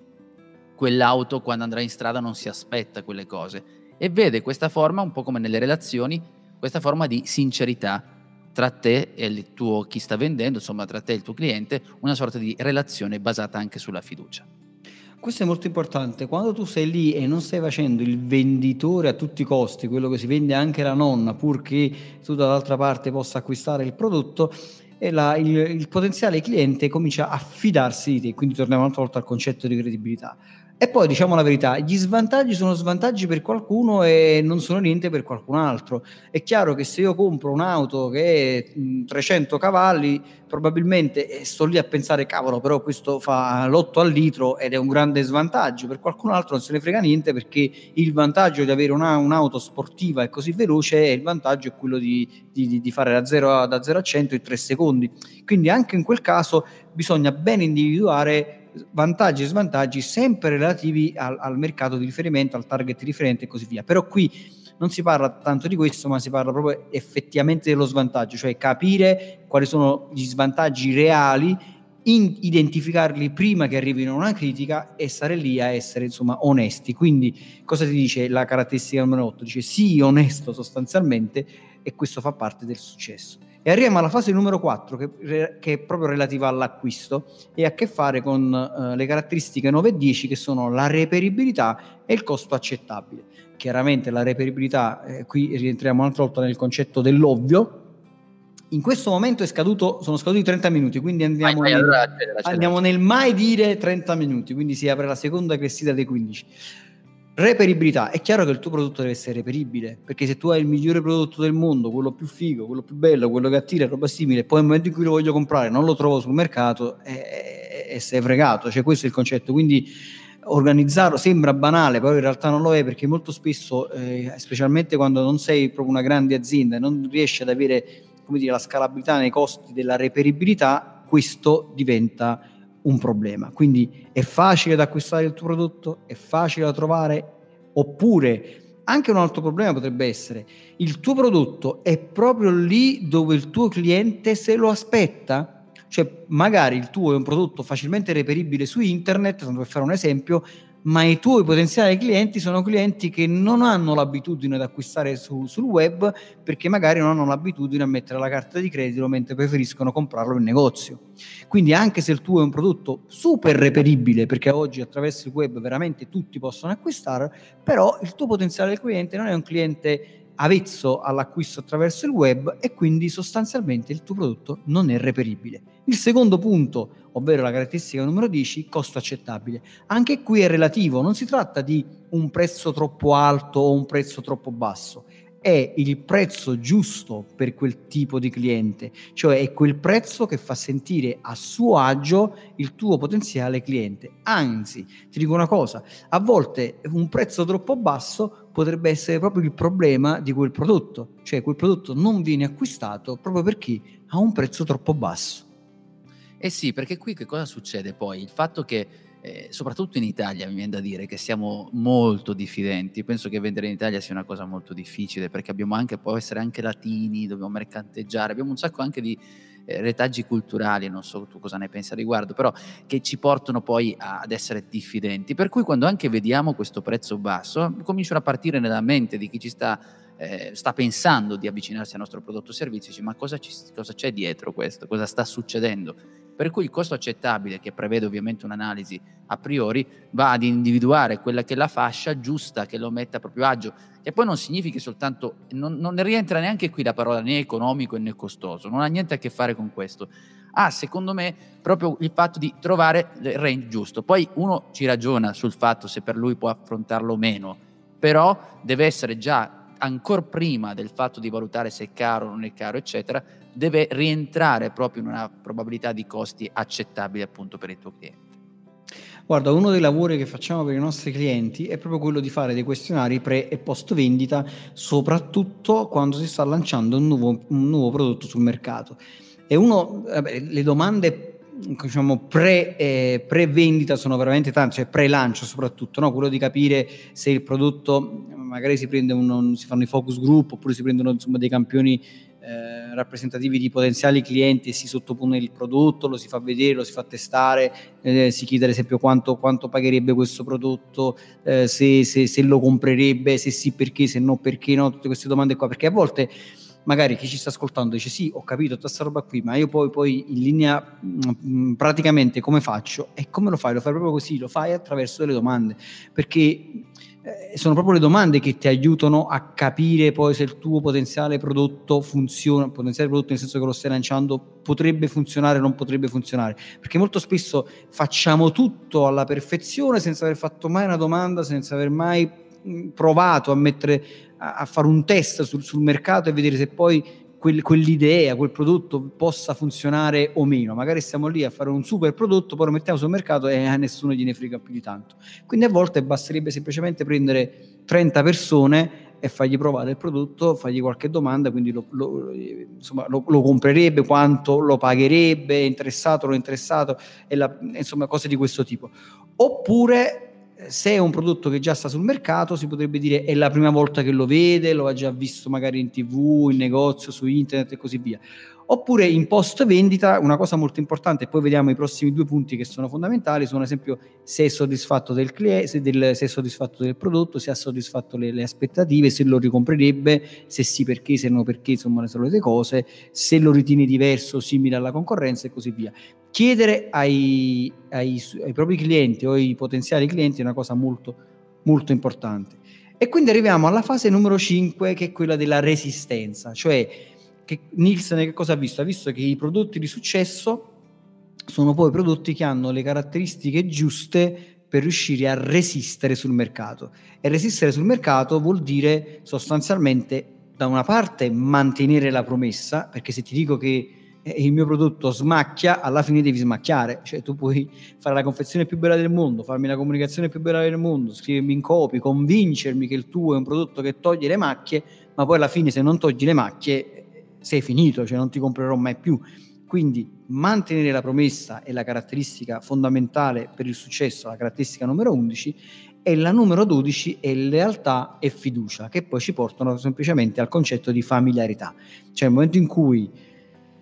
quell'auto quando andrà in strada non si aspetta quelle cose e vede questa forma, un po' come nelle relazioni, questa forma di sincerità tra te e il tuo chi sta vendendo, insomma tra te e il tuo cliente, una sorta di relazione basata anche sulla fiducia. Questo è molto importante, quando tu sei lì e non stai facendo il venditore a tutti i costi, quello che si vende anche la nonna, purché tu dall'altra parte possa acquistare il prodotto, e il potenziale cliente comincia a fidarsi di te, quindi torniamo un'altra volta al concetto di credibilità. E poi diciamo la verità, gli svantaggi sono svantaggi per qualcuno e non sono niente per qualcun altro. È chiaro che se io compro un'auto che è 300 cavalli, probabilmente sto lì a pensare, cavolo, però questo fa l'8 al litro ed è un grande svantaggio. Per qualcun altro non se ne frega niente, perché il vantaggio di avere un'auto sportiva e così veloce è il vantaggio è quello di fare da 0 a 100 in 3 secondi. Quindi anche in quel caso bisogna ben individuare vantaggi e svantaggi sempre relativi al mercato di riferimento, al target di riferimento e così via. Però qui non si parla tanto di questo, ma si parla proprio effettivamente dello svantaggio, cioè capire quali sono gli svantaggi reali, identificarli prima che arrivino una critica e stare lì a essere insomma onesti. Quindi cosa ti dice la caratteristica numero 8? Dice sii onesto sostanzialmente, e questo fa parte del successo. E arriviamo alla fase numero 4 che è proprio relativa all'acquisto e ha a che fare con le caratteristiche 9 e 10, che sono la reperibilità e il costo accettabile. Chiaramente la reperibilità, qui rientriamo un'altra volta nel concetto dell'ovvio. In questo momento sono scaduti 30 minuti, quindi andiamo nel mai dire 30 minuti, quindi si apre la seconda classifica dei 15. Reperibilità, è chiaro che il tuo prodotto deve essere reperibile, perché se tu hai il migliore prodotto del mondo, quello più figo, quello più bello, quello che attira, roba simile, poi nel momento in cui lo voglio comprare non lo trovo sul mercato e sei fregato, cioè questo è il concetto. Quindi organizzarlo sembra banale, però in realtà non lo è, perché molto spesso, specialmente quando non sei proprio una grande azienda e non riesci ad avere, come dire, la scalabilità nei costi della reperibilità, questo diventa un problema. Quindi è facile da acquistare il tuo prodotto, è facile da trovare, oppure anche un altro problema potrebbe essere il tuo prodotto è proprio lì dove il tuo cliente se lo aspetta, cioè magari il tuo è un prodotto facilmente reperibile su internet, tanto per fare un esempio, ma i tuoi potenziali clienti sono clienti che non hanno l'abitudine ad acquistare sul web, perché magari non hanno l'abitudine a mettere la carta di credito, mentre preferiscono comprarlo in negozio. Quindi anche se il tuo è un prodotto super reperibile, perché oggi attraverso il web veramente tutti possono acquistare, però il tuo potenziale cliente non è un cliente avezzo all'acquisto attraverso il web, e quindi sostanzialmente il tuo prodotto non è reperibile. Il secondo punto, ovvero la caratteristica numero 10, costo accettabile. Anche qui è relativo, non si tratta di un prezzo troppo alto o un prezzo troppo basso, è il prezzo giusto per quel tipo di cliente, cioè è quel prezzo che fa sentire a suo agio il tuo potenziale cliente. Anzi, ti dico una cosa, a volte un prezzo troppo basso potrebbe essere proprio il problema di quel prodotto, cioè quel prodotto non viene acquistato proprio perché ha un prezzo troppo basso. Eh sì, perché qui che cosa succede poi? Il fatto che, soprattutto in Italia, mi viene da dire che siamo molto diffidenti. Penso che vendere in Italia sia una cosa molto difficile, perché abbiamo anche, può essere anche latini, dobbiamo mercanteggiare, abbiamo un sacco anche di retaggi culturali, non so tu cosa ne pensi a riguardo, però che ci portano poi ad essere diffidenti. Per cui quando anche vediamo questo prezzo basso, cominciano a partire nella mente di chi ci sta pensando di avvicinarsi al nostro prodotto o servizio, dice: ma cosa c'è dietro questo? Cosa sta succedendo? Per cui il costo accettabile, che prevede ovviamente un'analisi a priori, va ad individuare quella che è la fascia giusta che lo metta a proprio agio, che poi non significa soltanto, non rientra neanche qui la parola né economico né costoso, non ha niente a che fare con questo. Secondo me, proprio il fatto di trovare il range giusto. Poi uno ci ragiona sul fatto se per lui può affrontarlo o meno, però deve essere già, ancor prima del fatto di valutare se è caro o non è caro, eccetera, deve rientrare proprio in una probabilità di costi accettabile appunto per il tuo cliente. Guarda, uno dei lavori che facciamo per i nostri clienti è proprio quello di fare dei questionari pre e post vendita, soprattutto quando si sta lanciando un nuovo prodotto sul mercato. E le domande, diciamo, pre-vendita sono veramente tante, cioè pre-lancio soprattutto, no? Quello di capire se il prodotto, magari si fanno i focus group, oppure si prendono, insomma, dei campioni rappresentativi di potenziali clienti, e si sottopone il prodotto, lo si fa vedere, lo si fa testare, si chiede ad esempio quanto pagherebbe questo prodotto, se lo comprerebbe, se sì perché, se no perché no, tutte queste domande qua, perché a volte magari chi ci sta ascoltando dice: sì, ho capito tutta questa roba qui, ma io poi in linea praticamente come faccio? E come lo fai? Lo fai proprio così, lo fai attraverso delle domande, perché sono proprio le domande che ti aiutano a capire poi se il tuo potenziale prodotto funziona, potenziale prodotto nel senso che lo stai lanciando, potrebbe funzionare o non potrebbe funzionare, perché molto spesso facciamo tutto alla perfezione senza aver fatto mai una domanda, senza aver mai provato a fare un test sul mercato e vedere se poi quell'idea, quel prodotto possa funzionare o meno. Magari stiamo lì a fare un super prodotto, poi lo mettiamo sul mercato e a nessuno gliene frega più di tanto. Quindi a volte basterebbe semplicemente prendere 30 persone e fargli provare il prodotto, fargli qualche domanda, quindi lo comprerebbe, quanto lo pagherebbe, è interessato o non è interessato, insomma cose di questo tipo. Oppure, se è un prodotto che già sta sul mercato, si potrebbe dire è la prima volta che lo vede, lo ha già visto magari in TV, in negozio, su internet e così via. Oppure in post vendita, una cosa molto importante, e poi vediamo i prossimi 2 punti che sono fondamentali, sono ad esempio se è soddisfatto del cliente, se è soddisfatto del prodotto, se ha soddisfatto le aspettative, se lo ricomprerebbe, se sì perché, se no perché, insomma le solite cose, se lo ritiene diverso, simile alla concorrenza e così via. Chiedere ai propri clienti o ai potenziali clienti è una cosa molto, molto importante. E quindi arriviamo alla fase numero 5, che è quella della resistenza, cioè che Nielsen che cosa ha visto? Ha visto che i prodotti di successo sono poi prodotti che hanno le caratteristiche giuste per riuscire a resistere sul mercato. E resistere sul mercato vuol dire sostanzialmente, da una parte, mantenere la promessa, perché se ti dico che il mio prodotto smacchia, alla fine devi smacchiare, cioè tu puoi fare la confezione più bella del mondo, farmi la comunicazione più bella del mondo, scrivermi in copy, convincermi che il tuo è un prodotto che toglie le macchie, ma poi alla fine se non togli le macchie sei finito, cioè non ti comprerò mai più. Quindi mantenere la promessa è la caratteristica fondamentale per il successo, la caratteristica numero 11, e la numero 12 è lealtà e fiducia, che poi ci portano semplicemente al concetto di familiarità, cioè nel momento in cui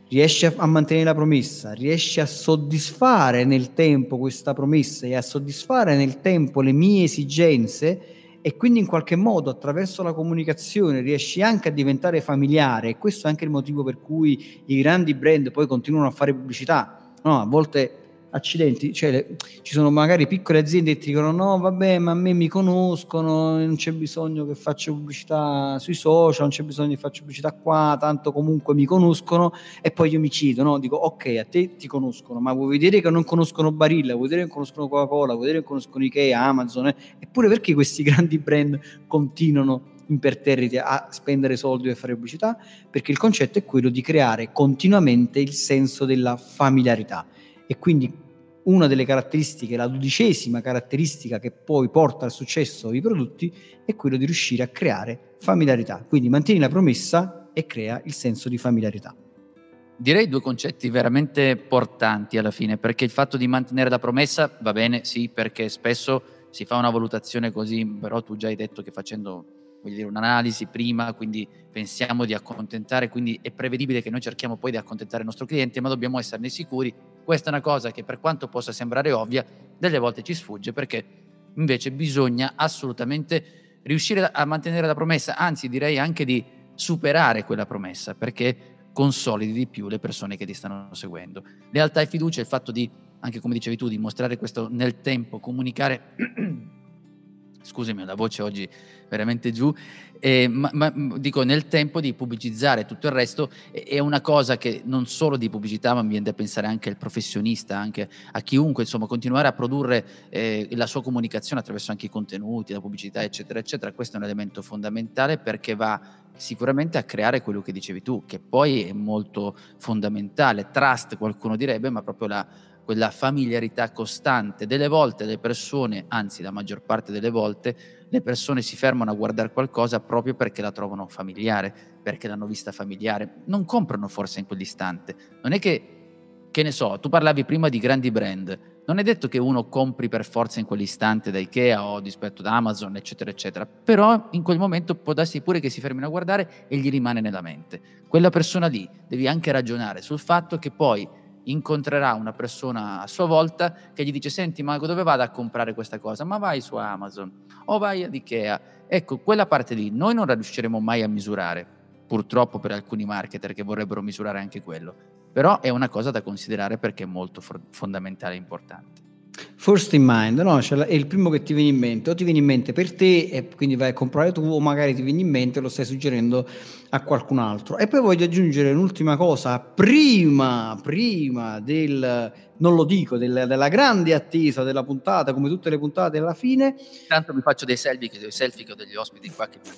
riesci a mantenere la promessa, riesci a soddisfare nel tempo questa promessa e a soddisfare nel tempo le mie esigenze, e quindi in qualche modo attraverso la comunicazione riesci anche a diventare familiare. E questo è anche il motivo per cui i grandi brand poi continuano a fare pubblicità, no? A volte, accidenti, cioè ci sono magari piccole aziende che ti dicono no vabbè, ma a me mi conoscono, non c'è bisogno che faccia pubblicità sui social, non c'è bisogno che faccia pubblicità qua, tanto comunque mi conoscono. E poi io mi chiedo, no? Dico ok, a te ti conoscono, ma vuoi vedere che non conoscono Barilla, vuoi vedere che non conoscono Coca-Cola, vuoi vedere che non conoscono Ikea, Amazon, eppure perché questi grandi brand continuano imperterriti a spendere soldi per fare pubblicità? Perché il concetto è quello di creare continuamente il senso della familiarità. E quindi una delle caratteristiche, la 12ª caratteristica che poi porta al successo i prodotti, è quello di riuscire a creare familiarità. Quindi mantieni la promessa e crea il senso di familiarità. Direi 2 concetti veramente portanti alla fine, perché il fatto di mantenere la promessa va bene, sì, perché spesso si fa una valutazione così, però tu già hai detto che facendo, voglio dire, un'analisi prima, quindi pensiamo di accontentare, quindi è prevedibile che noi cerchiamo poi di accontentare il nostro cliente, ma dobbiamo esserne sicuri. Questa è una cosa che, per quanto possa sembrare ovvia, delle volte ci sfugge, perché invece bisogna assolutamente riuscire a mantenere la promessa, anzi direi anche di superare quella promessa, perché consolidi di più le persone che ti stanno seguendo. Lealtà e fiducia, il fatto di, anche come dicevi tu, di mostrare questo nel tempo, comunicare scusami, la voce oggi veramente giù, ma dico, nel tempo di pubblicizzare tutto il resto è una cosa che non solo di pubblicità, ma mi viene da pensare anche al professionista, anche a chiunque, insomma, continuare a produrre la sua comunicazione attraverso anche i contenuti, la pubblicità, eccetera, eccetera. Questo è un elemento fondamentale, perché va sicuramente a creare quello che dicevi tu, che poi è molto fondamentale. Trust, qualcuno direbbe, ma proprio quella familiarità costante. Delle volte le persone, anzi la maggior parte delle volte, le persone si fermano a guardare qualcosa proprio perché la trovano familiare, perché l'hanno vista familiare. Non comprano forse in quell'istante. Non è che ne so, tu parlavi prima di grandi brand. Non è detto che uno compri per forza in quell'istante da Ikea o rispetto da Amazon, eccetera, eccetera. Però in quel momento può darsi pure che si fermino a guardare e gli rimane nella mente. Quella persona lì devi anche ragionare sul fatto che poi incontrerà una persona a sua volta che gli dice: senti, ma dove vado a comprare questa cosa? Ma vai su Amazon o vai ad Ikea. Ecco, quella parte lì noi non la riusciremo mai a misurare, purtroppo, per alcuni marketer che vorrebbero misurare anche quello, però è una cosa da considerare perché è molto fondamentale e importante. First in mind, no? Cioè, è il primo che ti viene in mente, o ti viene in mente per te e quindi vai a comprare tu, o magari ti viene in mente e lo stai suggerendo a qualcun altro. E poi voglio aggiungere un'ultima cosa prima del, non lo dico, della grande attesa della puntata, come tutte le puntate alla fine. Tanto mi faccio dei selfie che ho degli ospiti qua che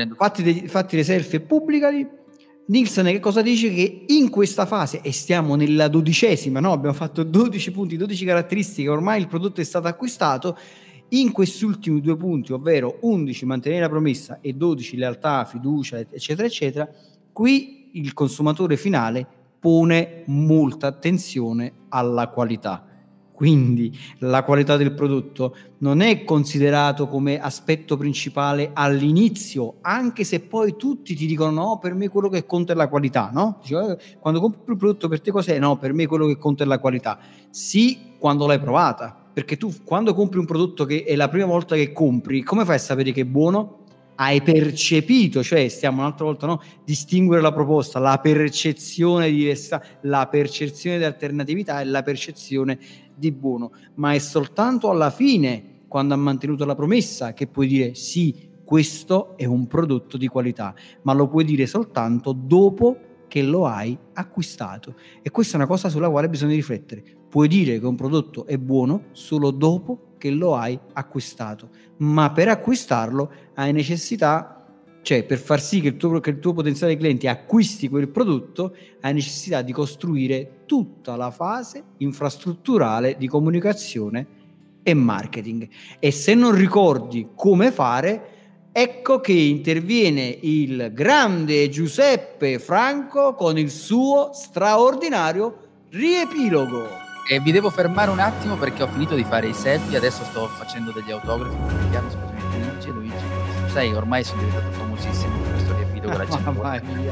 fatti dei selfie e pubblicali. Nielsen che cosa dice? Che in questa fase, e stiamo nella 12ª, no? Abbiamo fatto 12 punti, 12 caratteristiche, ormai il prodotto è stato acquistato. In questi ultimi 2 punti, ovvero 11 mantenere la promessa e 12 lealtà, fiducia, eccetera eccetera, qui il consumatore finale pone molta attenzione alla qualità. Quindi la qualità del prodotto non è considerato come aspetto principale all'inizio, anche se poi tutti ti dicono no, per me quello che conta è la qualità, no? Quando compri un prodotto, per te cos'è? No, per me quello che conta è la qualità. Sì, quando l'hai provata, perché tu quando compri un prodotto che è la prima volta che compri, come fai a sapere che è buono? Hai percepito, cioè stiamo un'altra volta, no? Distinguere la proposta, la percezione di diversità, la percezione di alternatività e la percezione di buono, ma è soltanto alla fine, quando ha mantenuto la promessa, che puoi dire sì, questo è un prodotto di qualità, ma lo puoi dire soltanto dopo che lo hai acquistato. E questa è una cosa sulla quale bisogna riflettere. Puoi dire che un prodotto è buono solo dopo che lo hai acquistato, ma per acquistarlo hai necessità, cioè per far sì che il tuo potenziale cliente acquisti quel prodotto, hai necessità di costruire tutta la fase infrastrutturale di comunicazione e marketing. E se non ricordi come fare, ecco che interviene il grande Giuseppe Franco con il suo straordinario riepilogo. E vi devo fermare un attimo perché ho finito di fare i selfie, adesso sto facendo degli autografi. Scusami, Luigi, sai, ormai sono diventato famosissimo con questo riepilogo. capito cosa c'è. Mamma mia.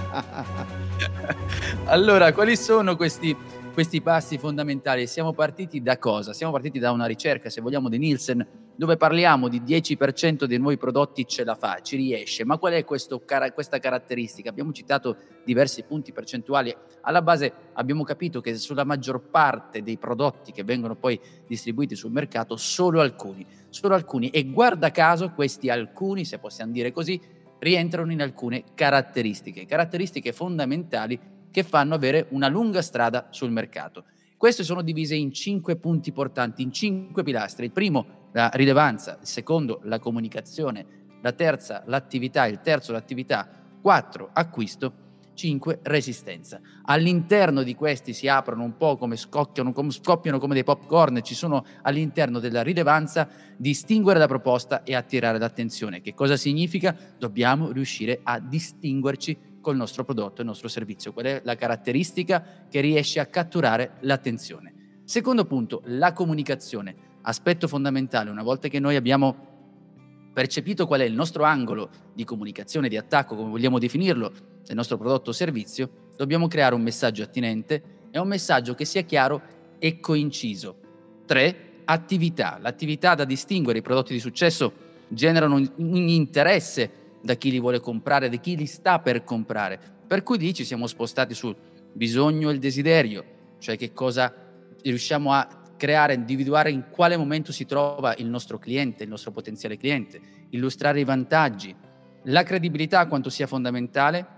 Allora, quali sono questi passi fondamentali? Siamo partiti da cosa? Siamo partiti da una ricerca, se vogliamo, di Nielsen, dove parliamo di 10% dei nuovi prodotti ce la fa, ci riesce. Ma qual è questa caratteristica? Abbiamo citato diversi punti percentuali. Alla base abbiamo capito che sulla maggior parte dei prodotti che vengono poi distribuiti sul mercato, solo alcuni, e guarda caso questi alcuni, se possiamo dire così, rientrano in alcune caratteristiche fondamentali che fanno avere una lunga strada sul mercato. Queste sono divise in 5 punti portanti, in 5 pilastri. Il primo, la rilevanza; il secondo, la comunicazione; la terza, l'attività; il terzo, l'attività; 4, acquisto; 5, resistenza. All'interno di questi si aprono un po' scoppiano come dei popcorn. Ci sono all'interno della rilevanza distinguere la proposta e attirare l'attenzione. Che cosa significa? Dobbiamo riuscire a distinguerci col nostro prodotto e il nostro servizio. Qual è la caratteristica che riesce a catturare l'attenzione? Secondo punto, la comunicazione, aspetto fondamentale. Una volta che noi abbiamo percepito qual è il nostro angolo di comunicazione, di attacco, come vogliamo definirlo, del nostro prodotto o servizio, dobbiamo creare un messaggio attinente e un messaggio che sia chiaro e coinciso. 3, attività. L'attività da distinguere. I prodotti di successo generano un interesse da chi li vuole comprare, da chi li sta per comprare. Per cui lì ci siamo spostati sul bisogno e il desiderio, cioè che cosa riusciamo a creare, individuare in quale momento si trova il nostro cliente, il nostro potenziale cliente, illustrare i vantaggi, la credibilità quanto sia fondamentale,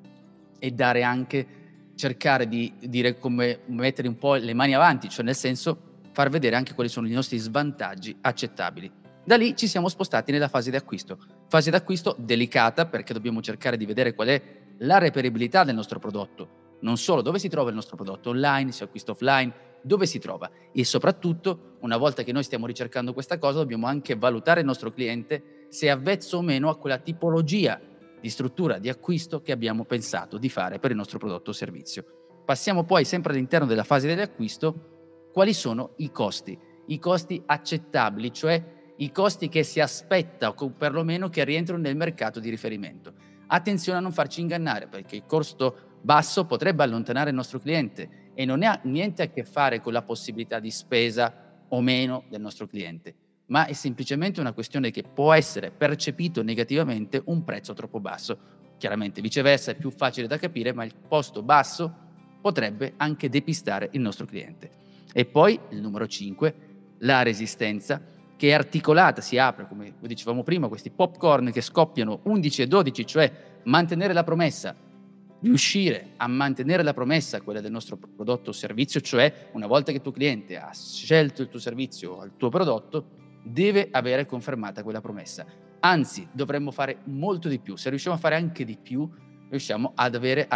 e dare anche, cercare di dire come mettere un po' le mani avanti, cioè nel senso far vedere anche quali sono i nostri svantaggi accettabili. Da lì ci siamo spostati nella fase di acquisto delicata, perché dobbiamo cercare di vedere qual è la reperibilità del nostro prodotto, non solo dove si trova il nostro prodotto online, se acquisto offline, dove si trova, e soprattutto una volta che noi stiamo ricercando questa cosa dobbiamo anche valutare il nostro cliente se è avvezzo o meno a quella tipologia di struttura di acquisto che abbiamo pensato di fare per il nostro prodotto o servizio. Passiamo poi sempre all'interno della fase dell'acquisto, quali sono i costi accettabili, cioè i costi che si aspetta o perlomeno che rientrano nel mercato di riferimento. Attenzione a non farci ingannare, perché il costo basso potrebbe allontanare il nostro cliente e non ha niente a che fare con la possibilità di spesa o meno del nostro cliente, ma è semplicemente una questione che può essere percepito negativamente un prezzo troppo basso. Chiaramente viceversa è più facile da capire, ma il costo basso potrebbe anche depistare il nostro cliente. E poi il numero 5, la resistenza, che è articolata, si apre, come dicevamo prima, questi popcorn che scoppiano 11 e 12, cioè mantenere la promessa, riuscire a mantenere la promessa, quella del nostro prodotto o servizio, cioè una volta che il tuo cliente ha scelto il tuo servizio o il tuo prodotto, deve avere confermata quella promessa. Anzi, dovremmo fare molto di più. Se riusciamo a fare anche di più, riusciamo a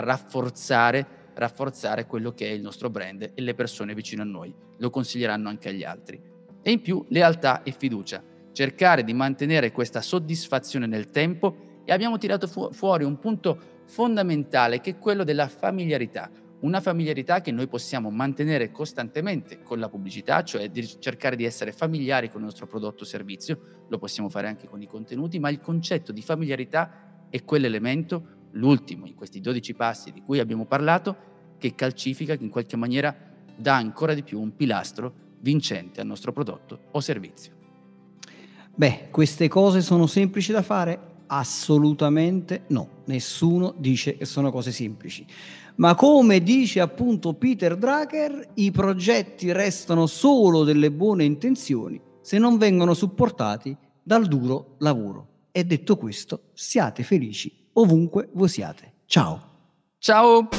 rafforzare quello che è il nostro brand e le persone vicino a noi lo consiglieranno anche agli altri. E in più lealtà e fiducia, cercare di mantenere questa soddisfazione nel tempo, e abbiamo tirato fuori un punto fondamentale che è quello della familiarità, una familiarità che noi possiamo mantenere costantemente con la pubblicità, cioè di cercare di essere familiari con il nostro prodotto o servizio. Lo possiamo fare anche con i contenuti, ma il concetto di familiarità è quell'elemento, l'ultimo in questi 12 passi di cui abbiamo parlato, che calcifica, che in qualche maniera dà ancora di più un pilastro vincente al nostro prodotto o servizio. Beh, queste cose sono semplici da fare? Assolutamente no, nessuno dice che sono cose semplici, ma come dice appunto Peter Drucker, i progetti restano solo delle buone intenzioni se non vengono supportati dal duro lavoro. E detto questo, siate felici ovunque voi siate. Ciao!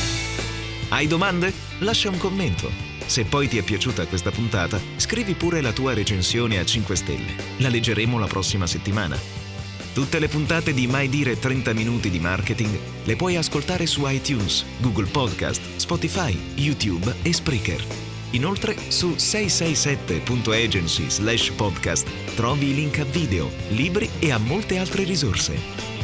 Hai domande? Lascia un commento. Se poi ti è piaciuta questa puntata, scrivi pure la tua recensione a 5 stelle. La leggeremo la prossima settimana. Tutte le puntate di Mai Dire 30 Minuti di Marketing le puoi ascoltare su iTunes, Google Podcast, Spotify, YouTube e Spreaker. Inoltre su 667.agency/podcast trovi i link a video, libri e a molte altre risorse.